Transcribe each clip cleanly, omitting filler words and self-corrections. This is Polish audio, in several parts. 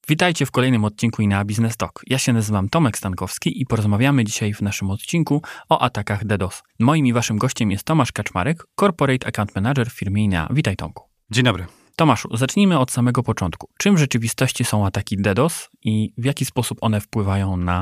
Witajcie w kolejnym odcinku INEA Business Talk. Ja się nazywam Tomek Stankowski i porozmawiamy dzisiaj w naszym odcinku o atakach DDoS. Moim i waszym gościem jest Tomasz Kaczmarek, Corporate Account Manager w firmie INEA. Witaj, Tomku. Dzień dobry. Tomaszu, zacznijmy od samego początku. Czym w rzeczywistości są ataki DDoS i w jaki sposób one wpływają na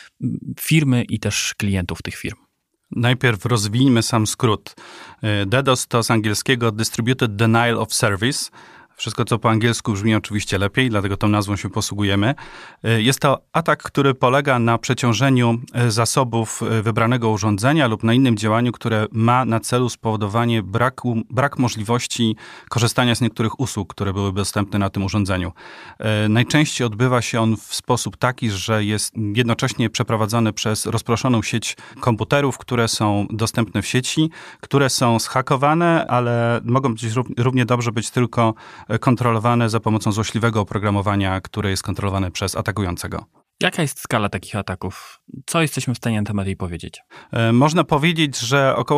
firmy i też klientów tych firm? Najpierw rozwijmy sam skrót. DDoS to z angielskiego Distributed Denial of Service. Wszystko, co po angielsku brzmi oczywiście lepiej, dlatego tą nazwą się posługujemy. Jest to atak, który polega na przeciążeniu zasobów wybranego urządzenia lub na innym działaniu, które ma na celu spowodowanie brak możliwości korzystania z niektórych usług, które byłyby dostępne na tym urządzeniu. Najczęściej odbywa się on w sposób taki, że jest jednocześnie przeprowadzony przez rozproszoną sieć komputerów, które są dostępne w sieci, które są zhakowane, ale mogą być równie dobrze być tylko kontrolowane za pomocą złośliwego oprogramowania, które jest kontrolowane przez atakującego. Jaka jest skala takich ataków? Co jesteśmy w stanie na temat jej powiedzieć? Można powiedzieć, że około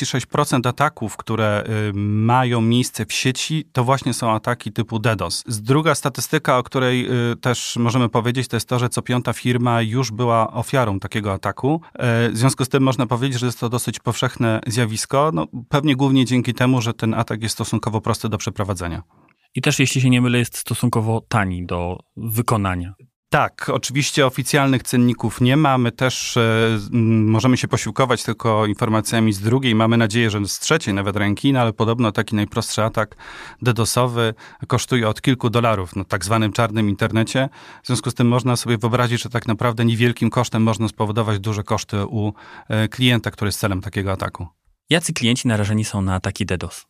46% ataków, które mają miejsce w sieci, to właśnie są ataki typu DDoS. Druga statystyka, o której też możemy powiedzieć, to jest to, że co piąta firma już była ofiarą takiego ataku. W związku z tym można powiedzieć, że jest to dosyć powszechne zjawisko, pewnie głównie dzięki temu, że ten atak jest stosunkowo prosty do przeprowadzenia. I też, jeśli się nie mylę, jest stosunkowo tani do wykonania. Tak, oczywiście oficjalnych cenników nie ma. My też możemy się posiłkować tylko informacjami z drugiej. Mamy nadzieję, że z trzeciej nawet ręki, ale podobno taki najprostszy atak DDoS-owy kosztuje od kilku dolarów na tak zwanym czarnym internecie. W związku z tym można sobie wyobrazić, że tak naprawdę niewielkim kosztem można spowodować duże koszty u klienta, który jest celem takiego ataku. Jacy klienci narażeni są na ataki DDoS?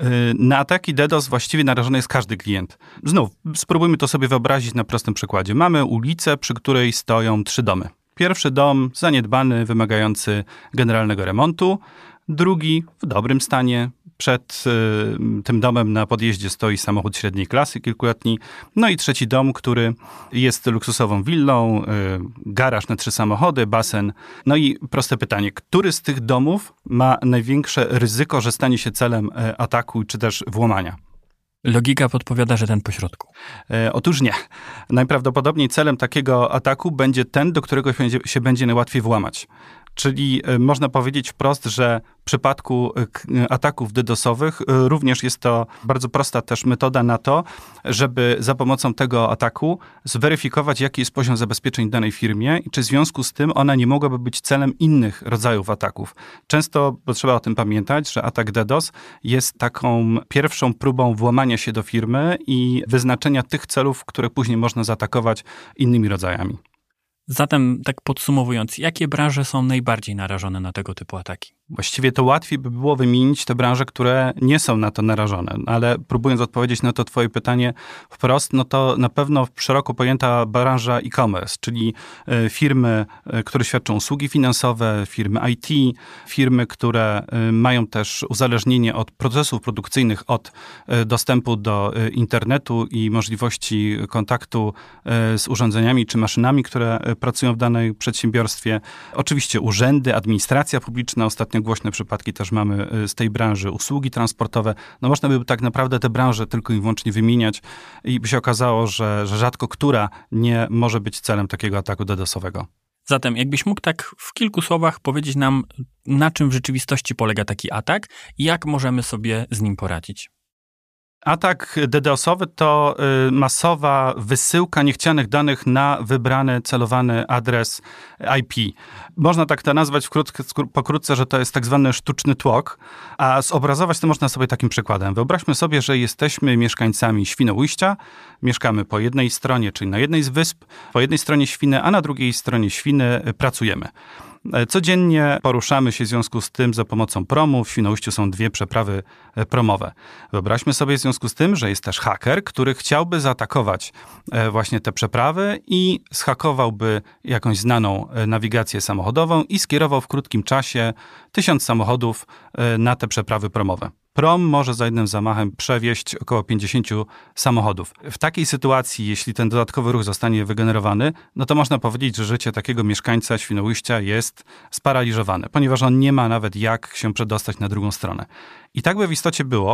Na ataki DDoS właściwie narażony jest każdy klient. Znów, spróbujmy to sobie wyobrazić na prostym przykładzie. Mamy ulicę, przy której stoją 3 domy. Pierwszy dom zaniedbany, wymagający generalnego remontu. Drugi w dobrym stanie. Przed tym domem na podjeździe stoi samochód średniej klasy kilkuletni. No i trzeci dom, który jest luksusową willą, garaż na 3 samochody, basen. No i proste pytanie, który z tych domów ma największe ryzyko, że stanie się celem ataku czy też włamania? Logika podpowiada, że ten pośrodku. Otóż nie. Najprawdopodobniej celem takiego ataku będzie ten, do którego się będzie najłatwiej włamać. Czyli można powiedzieć wprost, że w przypadku ataków DDoS-owych również jest to bardzo prosta też metoda na to, żeby za pomocą tego ataku zweryfikować, jaki jest poziom zabezpieczeń w danej firmie i czy w związku z tym ona nie mogłaby być celem innych rodzajów ataków. Często, bo trzeba o tym pamiętać, że atak DDoS jest taką pierwszą próbą włamania się do firmy i wyznaczenia tych celów, które później można zaatakować innymi rodzajami. Zatem, tak podsumowując, jakie branże są najbardziej narażone na tego typu ataki? Właściwie to łatwiej by było wymienić te branże, które nie są na to narażone, ale próbując odpowiedzieć na to twoje pytanie wprost, to na pewno szeroko pojęta branża e-commerce, czyli firmy, które świadczą usługi finansowe, firmy IT, firmy, które mają też uzależnienie od procesów produkcyjnych, od dostępu do internetu i możliwości kontaktu z urządzeniami czy maszynami, które pracują w danym przedsiębiorstwie. Oczywiście urzędy, administracja publiczna, ostatnio głośne przypadki też mamy z tej branży, usługi transportowe. Można by tak naprawdę te branże tylko i wyłącznie wymieniać i by się okazało, że rzadko która nie może być celem takiego ataku DDoS-owego. Zatem jakbyś mógł tak w kilku słowach powiedzieć nam, na czym w rzeczywistości polega taki atak i jak możemy sobie z nim poradzić? Atak DDoS-owy to masowa wysyłka niechcianych danych na wybrany, celowany adres IP. Można tak to nazwać pokrótce, że to jest tak zwany sztuczny tłok, a zobrazować to można sobie takim przykładem. Wyobraźmy sobie, że jesteśmy mieszkańcami Świnoujścia, mieszkamy po jednej stronie, czyli na jednej z wysp, po jednej stronie Świny, a na drugiej stronie Świny pracujemy. Codziennie poruszamy się w związku z tym za pomocą promu. W Świnoujściu są 2 przeprawy promowe. Wyobraźmy sobie w związku z tym, że jest też haker, który chciałby zaatakować właśnie te przeprawy i zhakowałby jakąś znaną nawigację samochodową i skierował w krótkim czasie 1000 samochodów na te przeprawy promowe. Prom może za jednym zamachem przewieźć około 50 samochodów. W takiej sytuacji, jeśli ten dodatkowy ruch zostanie wygenerowany, to można powiedzieć, że życie takiego mieszkańca Świnoujścia jest sparaliżowane, ponieważ on nie ma nawet jak się przedostać na drugą stronę. I tak by w istocie było,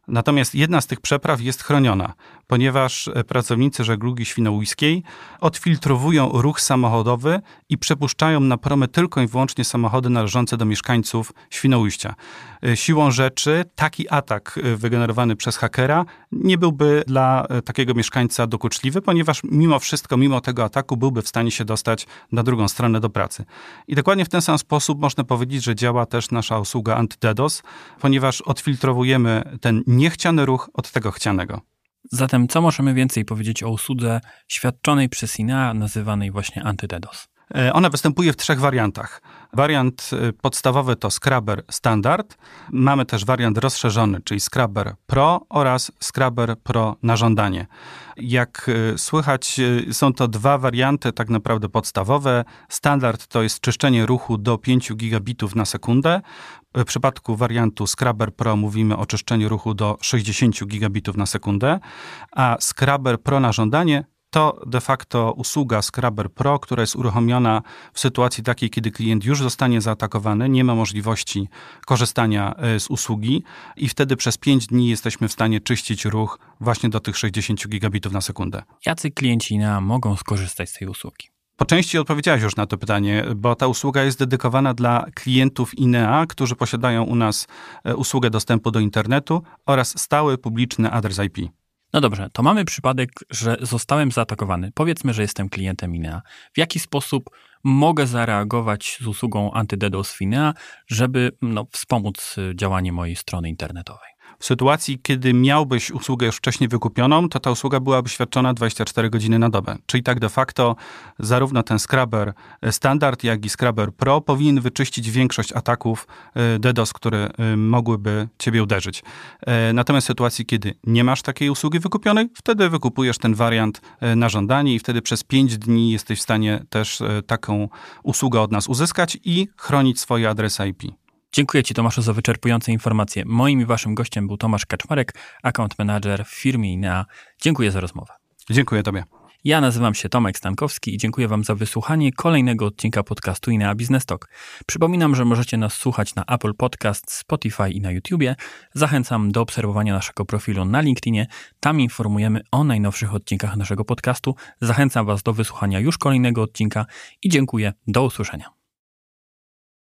Natomiast jedna z tych przepraw jest chroniona, ponieważ pracownicy żeglugi świnoujskiej odfiltrowują ruch samochodowy i przepuszczają na promy tylko i wyłącznie samochody należące do mieszkańców Świnoujścia. Siłą rzeczy taki atak wygenerowany przez hakera nie byłby dla takiego mieszkańca dokuczliwy, ponieważ mimo wszystko, mimo tego ataku byłby w stanie się dostać na drugą stronę do pracy. I dokładnie w ten sam sposób można powiedzieć, że działa też nasza usługa anty-DDoS, ponieważ odfiltrowujemy ten niechciany ruch od tego chcianego. Zatem co możemy więcej powiedzieć o usłudze świadczonej przez INEA, nazywanej właśnie anty-DDoS? Ona występuje w 3 wariantach. Wariant podstawowy to Scrubber Standard. Mamy też wariant rozszerzony, czyli Scrubber Pro oraz Scrubber Pro na żądanie. Jak słychać, są to 2 warianty tak naprawdę podstawowe. Standard to jest czyszczenie ruchu do 5 gigabitów na sekundę. W przypadku wariantu Scrubber Pro mówimy o czyszczeniu ruchu do 60 gigabitów na sekundę, a Scrubber Pro na żądanie to de facto usługa Scrubber Pro, która jest uruchomiona w sytuacji takiej, kiedy klient już zostanie zaatakowany, nie ma możliwości korzystania z usługi i wtedy przez 5 dni jesteśmy w stanie czyścić ruch właśnie do tych 60 gigabitów na sekundę. Jacy klienci INEA mogą skorzystać z tej usługi? Po części odpowiedziałeś już na to pytanie, bo ta usługa jest dedykowana dla klientów INEA, którzy posiadają u nas usługę dostępu do internetu oraz stały publiczny adres IP. No dobrze, to mamy przypadek, że zostałem zaatakowany. Powiedzmy, że jestem klientem INEA. W jaki sposób mogę zareagować z usługą anty-DDoS w INEA, żeby wspomóc działanie mojej strony internetowej? W sytuacji, kiedy miałbyś usługę już wcześniej wykupioną, to ta usługa byłaby świadczona 24 godziny na dobę. Czyli tak de facto zarówno ten Scrubber Standard, jak i Scrubber Pro powinien wyczyścić większość ataków DDoS, które mogłyby ciebie uderzyć. Natomiast w sytuacji, kiedy nie masz takiej usługi wykupionej, wtedy wykupujesz ten wariant na żądanie i wtedy przez 5 dni jesteś w stanie też taką usługę od nas uzyskać i chronić swoje adresy IP. Dziękuję Ci, Tomaszu, za wyczerpujące informacje. Moim i Waszym gościem był Tomasz Kaczmarek, account manager w firmie INEA. Dziękuję za rozmowę. Dziękuję Tobie. Ja nazywam się Tomek Stankowski i dziękuję Wam za wysłuchanie kolejnego odcinka podcastu INEA Business Talk. Przypominam, że możecie nas słuchać na Apple Podcast, Spotify i na YouTubie. Zachęcam do obserwowania naszego profilu na LinkedInie. Tam informujemy o najnowszych odcinkach naszego podcastu. Zachęcam Was do wysłuchania już kolejnego odcinka i dziękuję. Do usłyszenia.